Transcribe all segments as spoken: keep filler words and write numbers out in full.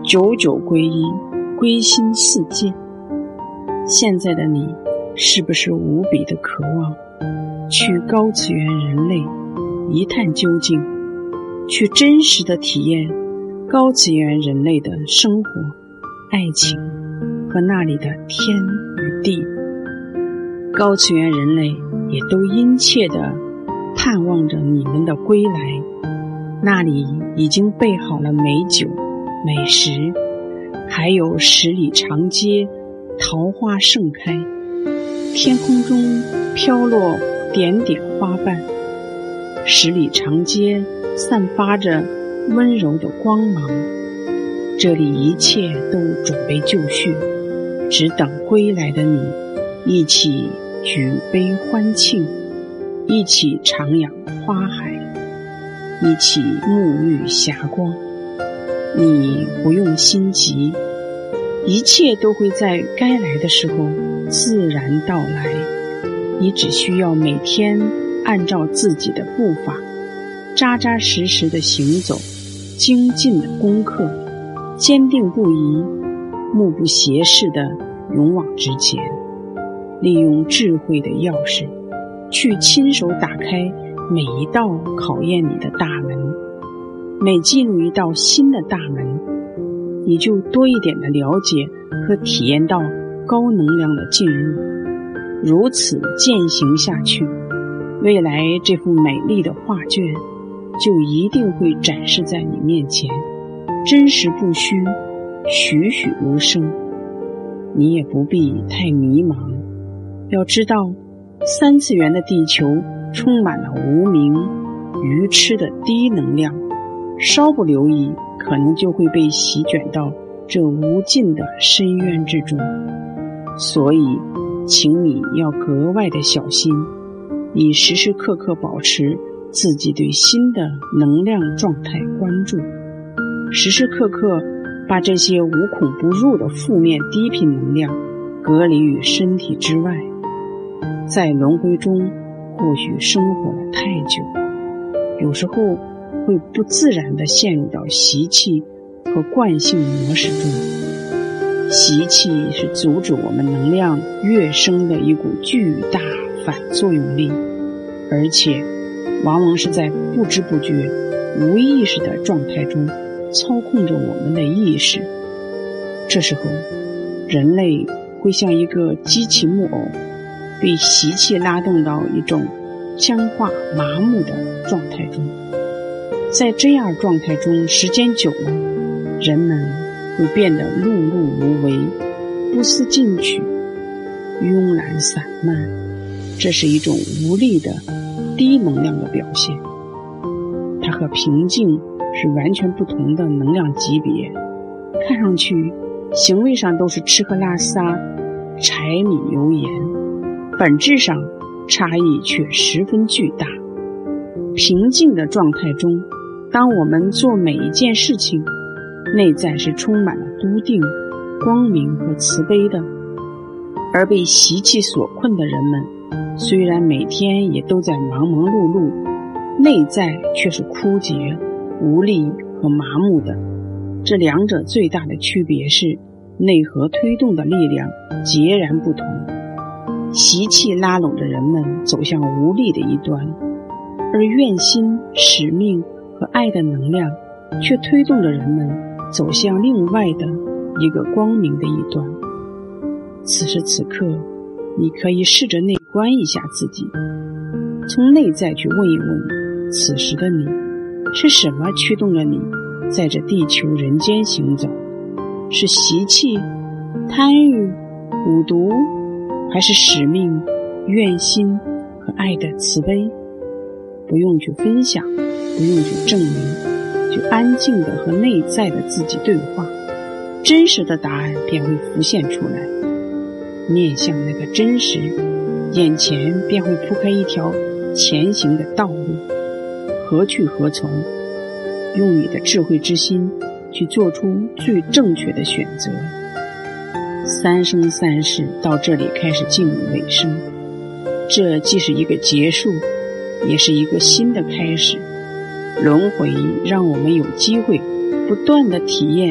九九归一，归心似箭。现在的你是不是无比的渴望去高次元人类一探究竟，去真实的体验高次元人类的生活、爱情和那里的天与地？高次元人类也都殷切地盼望着你们的归来，那里已经备好了美酒、美食，还有十里长街，桃花盛开，天空中飘落点点花瓣，十里长街散发着温柔的光芒。这里一切都准备就绪，只等归来的你一起举杯欢庆，一起徜徉花海，一起沐浴霞光。你不用心急，一切都会在该来的时候自然到来。你只需要每天按照自己的步伐扎扎实实的行走，精进的功课，坚定不移，目不斜视的勇往直前，利用智慧的钥匙去亲手打开每一道考验你的大门。每进入一道新的大门，你就多一点的了解和体验到高能量的进入。如此践行下去，未来这幅美丽的画卷就一定会展示在你面前，真实不虚，栩栩如生。你也不必太迷茫，要知道三次元的地球充满了无名愚痴的低能量，稍不留意可能就会被席卷到这无尽的深渊之中。所以请你要格外的小心，你时时刻刻保持自己对新的能量状态关注，时时刻刻把这些无孔不入的负面低频能量隔离于身体之外。在轮回中或许生活了太久，有时候会不自然地陷入到习气和惯性模式中。习气是阻止我们能量跃升的一股巨大反作用力，而且往往是在不知不觉、无意识的状态中操控着我们的意识。这时候，人类会像一个机器木偶，被习气拉动到一种僵化麻木的状态中。在这样状态中时间久了，人们会变得碌碌无为，不思进取，慵懒散漫。这是一种无力的低能量的表现，它和平静是完全不同的能量级别。看上去行为上都是吃喝拉撒、柴米油盐，本质上差异却十分巨大。平静的状态中，当我们做每一件事情，内在是充满了笃定、光明和慈悲的。而被习气所困的人们，虽然每天也都在忙忙碌碌，内在却是枯竭、无力和麻木的。这两者最大的区别是内核推动的力量截然不同。习气拉拢着人们走向无力的一端，而愿心、使命和爱的能量却推动着人们走向另外的一个光明的一端。此时此刻，你可以试着内观一下自己，从内在去问一问，此时的你是什么驱动着你在这地球人间行走？是习气、贪欲、五毒，还是使命、愿心和爱的慈悲？不用去分享，不用去证明，就安静的和内在的自己对话，真实的答案便会浮现出来。面向那个真实，眼前便会铺开一条前行的道路，何去何从？用你的智慧之心去做出最正确的选择。三生三世到这里开始进入尾声，这既是一个结束，也是一个新的开始。轮回让我们有机会不断地体验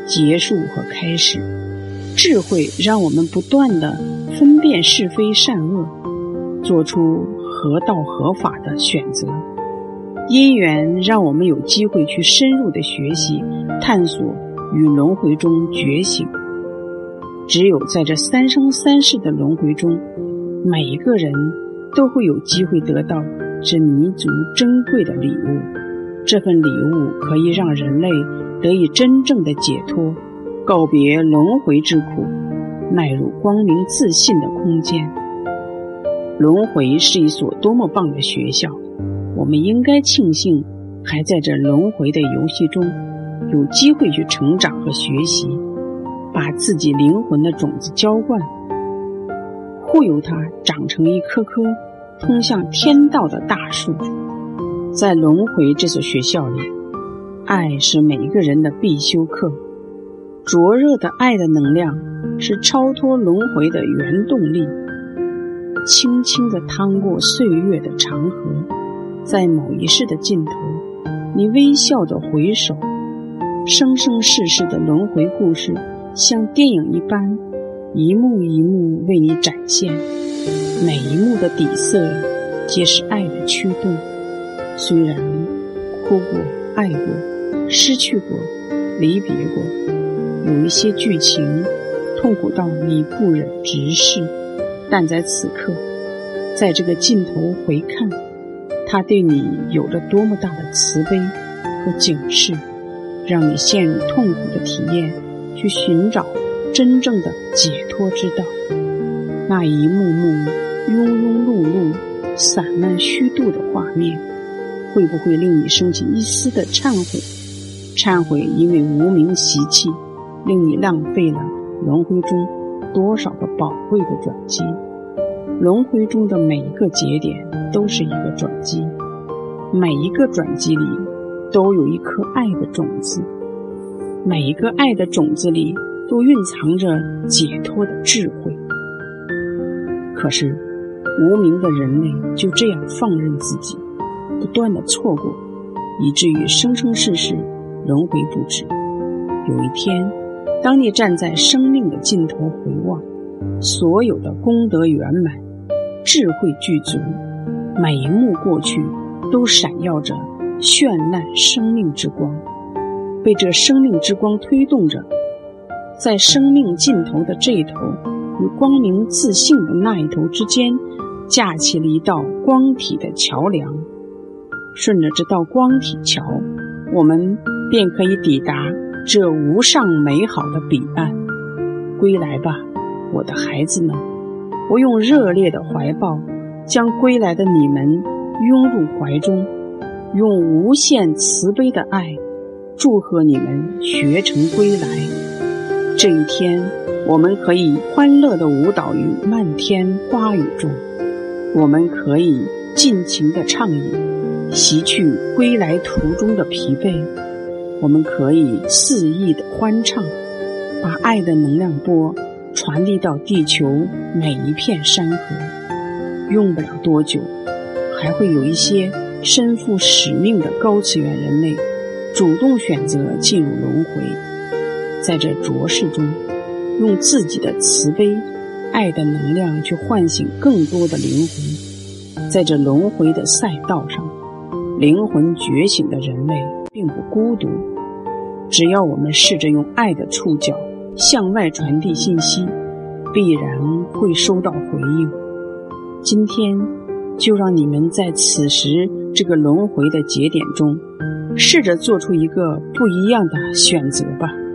结束和开始。智慧让我们不断地分辨是非善恶，做出合道合法的选择。因缘让我们有机会去深入的学习探索与轮回中觉醒。只有在这三生三世的轮回中，每一个人都会有机会得到这弥足珍贵的礼物。这份礼物可以让人类得以真正的解脱，告别轮回之苦，迈入光明自信的空间。轮回是一所多么棒的学校，我们应该庆幸还在这轮回的游戏中有机会去成长和学习，把自己灵魂的种子浇灌，护佑它长成一棵棵通向天道的大树。在轮回这所学校里，爱是每一个人的必修课。灼热的爱的能量是超脱轮回的原动力。轻轻地趟过岁月的长河，在某一世的尽头，你微笑着回首，生生世世的轮回故事像电影一般，一幕一幕为你展现。每一幕的底色皆是爱的驱动。虽然哭过、爱过、失去过、离别过，有一些剧情痛苦到你不忍直视，但在此刻，在这个尽头回看，它对你有着多么大的慈悲和警示，让你陷入痛苦的体验，去寻找真正的解脱之道。那一幕幕庸庸碌碌、散漫虚度的画面，会不会令你升起一丝的忏悔？忏悔因为无名习气，令你浪费了轮回中多少个宝贵的转机。轮回中的每一个节点都是一个转机，每一个转机里都有一颗爱的种子，每一个爱的种子里都蕴藏着解脱的智慧。可是无名的人类就这样放任自己，不断的错过，以至于生生世世轮回不止。有一天，当你站在生命的尽头回望，所有的功德圆满，智慧具足，每一幕过去都闪耀着绚烂生命之光，被这生命之光推动着，在生命尽头的这一头与光明自信的那一头之间架起了一道光体的桥梁。顺着这道光体桥，我们便可以抵达这无上美好的彼岸。归来吧，我的孩子们，我用热烈的怀抱将归来的你们拥入怀中，用无限慈悲的爱祝贺你们学成归来。这一天，我们可以欢乐地舞蹈于漫天花雨中，我们可以尽情地畅饮，洗去归来途中的疲惫，我们可以肆意地欢唱，把爱的能量波传递到地球每一片山河。用不了多久，还会有一些身负使命的高次元人类主动选择进入轮回，在这浊世中用自己的慈悲爱的能量去唤醒更多的灵魂。在这轮回的赛道上，灵魂觉醒的人类并不孤独，只要我们试着用爱的触角向外传递信息，必然会收到回应。今天就让你们在此时这个轮回的节点中，试着做出一个不一样的选择吧。